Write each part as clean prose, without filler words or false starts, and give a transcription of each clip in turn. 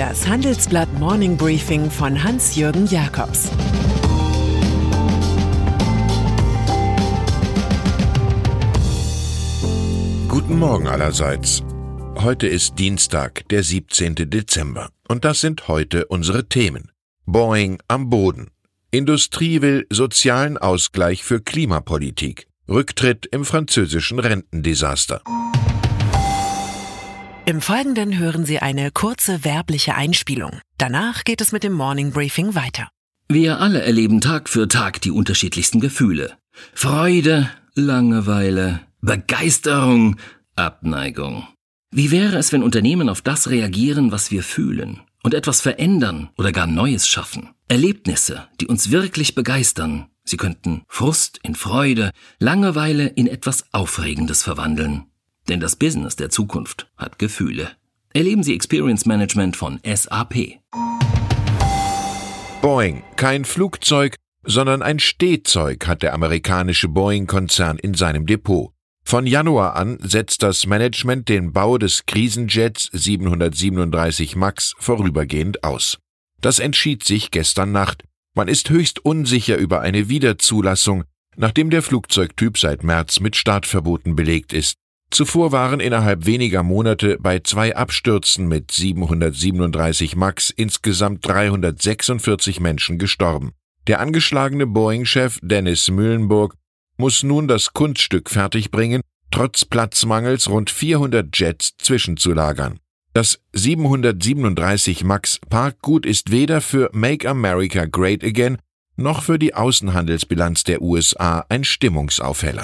Das Handelsblatt Morning Briefing von Hans-Jürgen Jakobs. Guten Morgen allerseits. Heute ist Dienstag, der 17. Dezember. Und das sind heute unsere Themen. Boeing am Boden. Industrie will sozialen Ausgleich für Klimapolitik. Rücktritt im französischen Rentendesaster. Im Folgenden hören Sie eine kurze werbliche Einspielung. Danach geht es mit dem Morning Briefing weiter. Wir alle erleben Tag für Tag die unterschiedlichsten Gefühle. Freude, Langeweile, Begeisterung, Abneigung. Wie wäre es, wenn Unternehmen auf das reagieren, was wir fühlen und etwas verändern oder gar Neues schaffen? Erlebnisse, die uns wirklich begeistern. Sie könnten Frust in Freude, Langeweile in etwas Aufregendes verwandeln. Denn das Business der Zukunft hat Gefühle. Erleben Sie Experience Management von SAP. Boeing, kein Flugzeug, sondern ein Stehzeug hat der amerikanische Boeing-Konzern in seinem Depot. Von Januar an setzt das Management den Bau des Krisenjets 737 MAX vorübergehend aus. Das entschied sich gestern Nacht. Man ist höchst unsicher über eine Wiederzulassung, nachdem der Flugzeugtyp seit März mit Startverboten belegt ist. Zuvor waren innerhalb weniger Monate bei 2 Abstürzen mit 737 MAX insgesamt 346 Menschen gestorben. Der angeschlagene Boeing-Chef Dennis Muilenburg muss nun das Kunststück fertigbringen, trotz Platzmangels rund 400 Jets zwischenzulagern. Das 737 MAX Parkgut ist weder für Make America Great Again noch für die Außenhandelsbilanz der USA ein Stimmungsaufheller.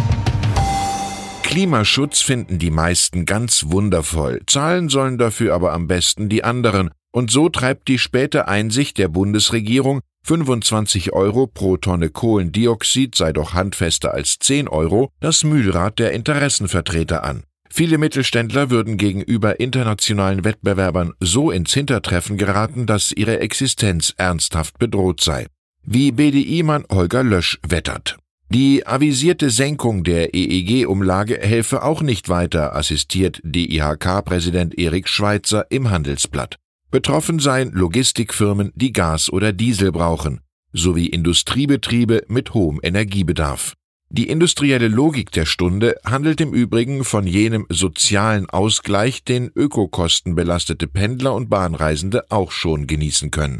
Klimaschutz finden die meisten ganz wundervoll, zahlen sollen dafür aber am besten die anderen. Und so treibt die späte Einsicht der Bundesregierung, 25 € pro Tonne Kohlendioxid sei doch handfester als 10 €, das Mühlrad der Interessenvertreter an. Viele Mittelständler würden gegenüber internationalen Wettbewerbern so ins Hintertreffen geraten, dass ihre Existenz ernsthaft bedroht sei. Wie BDI-Mann Holger Lösch wettert. Die avisierte Senkung der EEG-Umlage helfe auch nicht weiter, assistiert DIHK-Präsident Erik Schweitzer im Handelsblatt. Betroffen seien Logistikfirmen, die Gas oder Diesel brauchen, sowie Industriebetriebe mit hohem Energiebedarf. Die industrielle Logik der Stunde handelt im Übrigen von jenem sozialen Ausgleich, den ökokostenbelastete Pendler und Bahnreisende auch schon genießen können.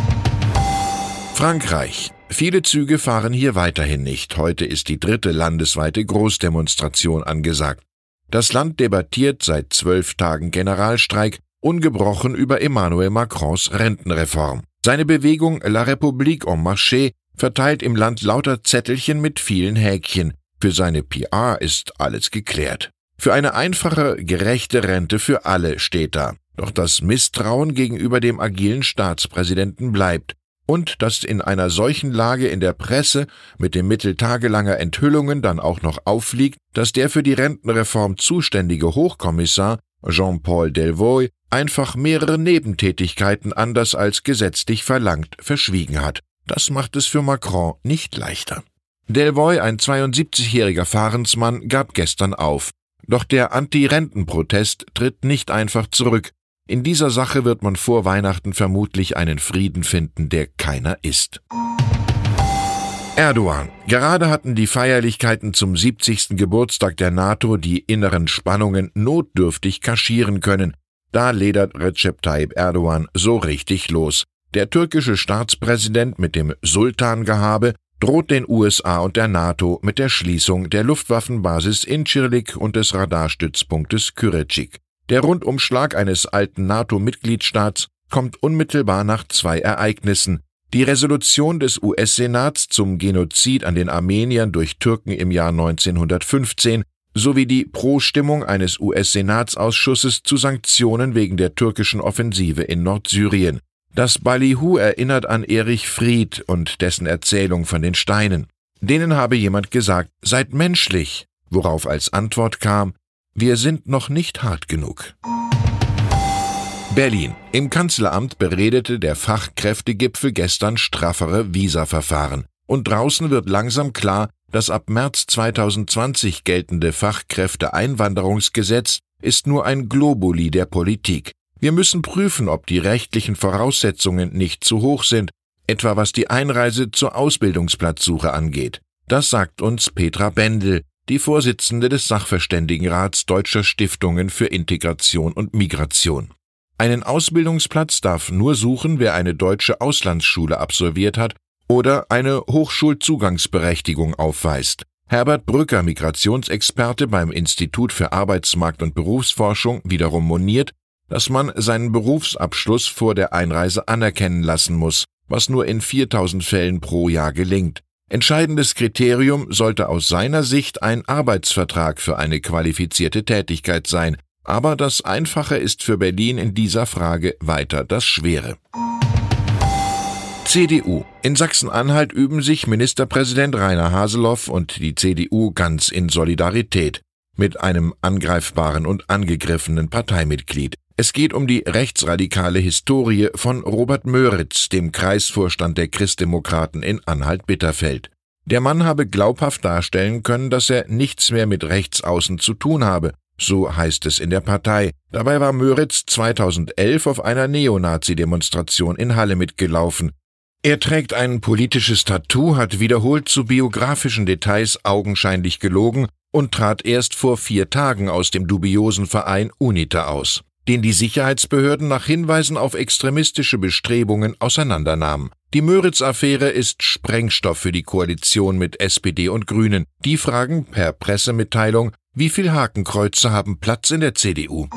Frankreich. Viele Züge fahren hier weiterhin nicht. Heute ist die 3. landesweite Großdemonstration angesagt. Das Land debattiert seit 12 Tagen Generalstreik ungebrochen über Emmanuel Macrons Rentenreform. Seine Bewegung La République en Marché verteilt im Land lauter Zettelchen mit vielen Häkchen. Für seine PR ist alles geklärt. Für eine einfache, gerechte Rente für alle steht da. Doch das Misstrauen gegenüber dem agilen Staatspräsidenten bleibt. Und dass in einer solchen Lage in der Presse mit dem Mittel tagelanger Enthüllungen dann auch noch auffliegt, dass der für die Rentenreform zuständige Hochkommissar Jean-Paul Delevoye einfach mehrere Nebentätigkeiten anders als gesetzlich verlangt verschwiegen hat. Das macht es für Macron nicht leichter. Delevoye, ein 72-jähriger Fahrensmann, gab gestern auf. Doch der Anti-Renten-Protest tritt nicht einfach zurück. In dieser Sache wird man vor Weihnachten vermutlich einen Frieden finden, der keiner ist. Erdogan. Gerade hatten die Feierlichkeiten zum 70. Geburtstag der NATO die inneren Spannungen notdürftig kaschieren können. Da ledert Recep Tayyip Erdogan so richtig los. Der türkische Staatspräsident mit dem Sultangehabe droht den USA und der NATO mit der Schließung der Luftwaffenbasis Incirlik und des Radarstützpunktes Kürecik. Der Rundumschlag eines alten NATO-Mitgliedstaats kommt unmittelbar nach 2 Ereignissen. Die Resolution des US-Senats zum Genozid an den Armeniern durch Türken im Jahr 1915 sowie die Pro-Stimmung eines US-Senatsausschusses zu Sanktionen wegen der türkischen Offensive in Nordsyrien. Das Ballyhoo erinnert an Erich Fried und dessen Erzählung von den Steinen. Denen habe jemand gesagt, seid menschlich, worauf als Antwort kam, wir sind noch nicht hart genug. Berlin. Im Kanzleramt beredete der Fachkräftegipfel gestern straffere Visaverfahren. Und draußen wird langsam klar, das ab März 2020 geltende Fachkräfteeinwanderungsgesetz ist nur ein Globuli der Politik. Wir müssen prüfen, ob die rechtlichen Voraussetzungen nicht zu hoch sind, etwa was die Einreise zur Ausbildungsplatzsuche angeht. Das sagt uns Petra Bendel, die Vorsitzende des Sachverständigenrats Deutscher Stiftungen für Integration und Migration. Einen Ausbildungsplatz darf nur suchen, wer eine deutsche Auslandsschule absolviert hat oder eine Hochschulzugangsberechtigung aufweist. Herbert Brücker, Migrationsexperte beim Institut für Arbeitsmarkt- und Berufsforschung, wiederum moniert, dass man seinen Berufsabschluss vor der Einreise anerkennen lassen muss, was nur in 4.000 Fällen pro Jahr gelingt. Entscheidendes Kriterium sollte aus seiner Sicht ein Arbeitsvertrag für eine qualifizierte Tätigkeit sein, aber das Einfache ist für Berlin in dieser Frage weiter das Schwere. CDU. In Sachsen-Anhalt üben sich Ministerpräsident Rainer Haseloff und die CDU ganz in Solidarität mit einem angreifbaren und angegriffenen Parteimitglied. Es geht um die rechtsradikale Historie von Robert Möritz, dem Kreisvorstand der Christdemokraten in Anhalt-Bitterfeld. Der Mann habe glaubhaft darstellen können, dass er nichts mehr mit Rechtsaußen zu tun habe, so heißt es in der Partei. Dabei war Möritz 2011 auf einer Neonazi-Demonstration in Halle mitgelaufen. Er trägt ein politisches Tattoo, hat wiederholt zu biografischen Details augenscheinlich gelogen und trat erst vor 4 Tagen aus dem dubiosen Verein UNITA aus, den die Sicherheitsbehörden nach Hinweisen auf extremistische Bestrebungen auseinandernahmen. Die Möritz-Affäre ist Sprengstoff für die Koalition mit SPD und Grünen. Die fragen per Pressemitteilung, wie viel Hakenkreuze haben Platz in der CDU?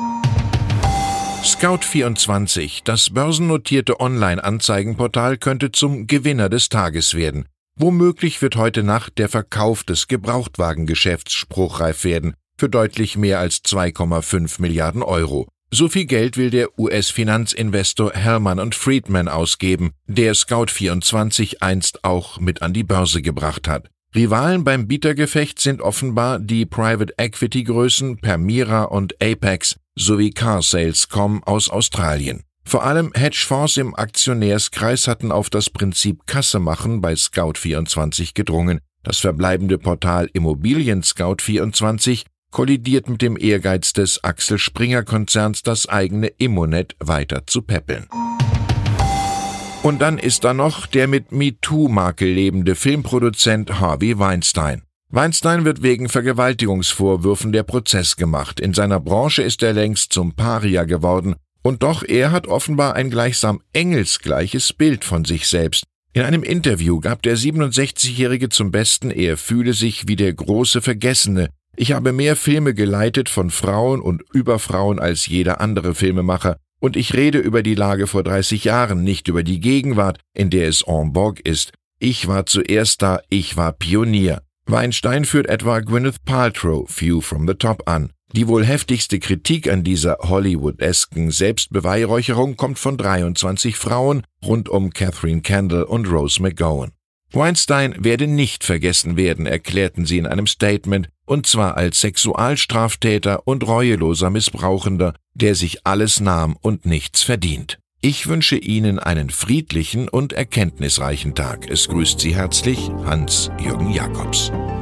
Scout24, das börsennotierte Online-Anzeigenportal, könnte zum Gewinner des Tages werden. Womöglich wird heute Nacht der Verkauf des Gebrauchtwagengeschäfts spruchreif werden, für deutlich mehr als 2,5 Milliarden Euro. So viel Geld will der US-Finanzinvestor Hellman & Friedman ausgeben, der Scout24 einst auch mit an die Börse gebracht hat. Rivalen beim Bietergefecht sind offenbar die Private-Equity-Größen Permira und Apex sowie Carsales.com aus Australien. Vor allem Hedgefonds im Aktionärskreis hatten auf das Prinzip Kasse machen bei Scout24 gedrungen. Das verbleibende Portal Immobilien Scout24 kollidiert mit dem Ehrgeiz des Axel Springer-Konzerns, das eigene Immonet weiter zu peppeln. Und dann ist da noch der mit MeToo-Makel lebende Filmproduzent Harvey Weinstein. Weinstein wird wegen Vergewaltigungsvorwürfen der Prozess gemacht. In seiner Branche ist er längst zum Paria geworden. Und doch, er hat offenbar ein gleichsam engelsgleiches Bild von sich selbst. In einem Interview gab der 67-Jährige zum Besten, er fühle sich wie der große Vergessene. Ich habe mehr Filme geleitet von Frauen und über Frauen als jeder andere Filmemacher. Und ich rede über die Lage vor 30 Jahren, nicht über die Gegenwart, in der es en vogue ist. Ich war zuerst da, ich war Pionier. Weinstein führt etwa Gwyneth Paltrow, View from the Top, an. Die wohl heftigste Kritik an dieser Hollywood-esken Selbstbeweihräucherung kommt von 23 Frauen rund um Catherine Kendall und Rose McGowan. Weinstein werde nicht vergessen werden, erklärten sie in einem Statement, und zwar als Sexualstraftäter und reueloser Missbrauchender, der sich alles nahm und nichts verdient. Ich wünsche Ihnen einen friedlichen und erkenntnisreichen Tag. Es grüßt Sie herzlich Hans-Jürgen Jakobs.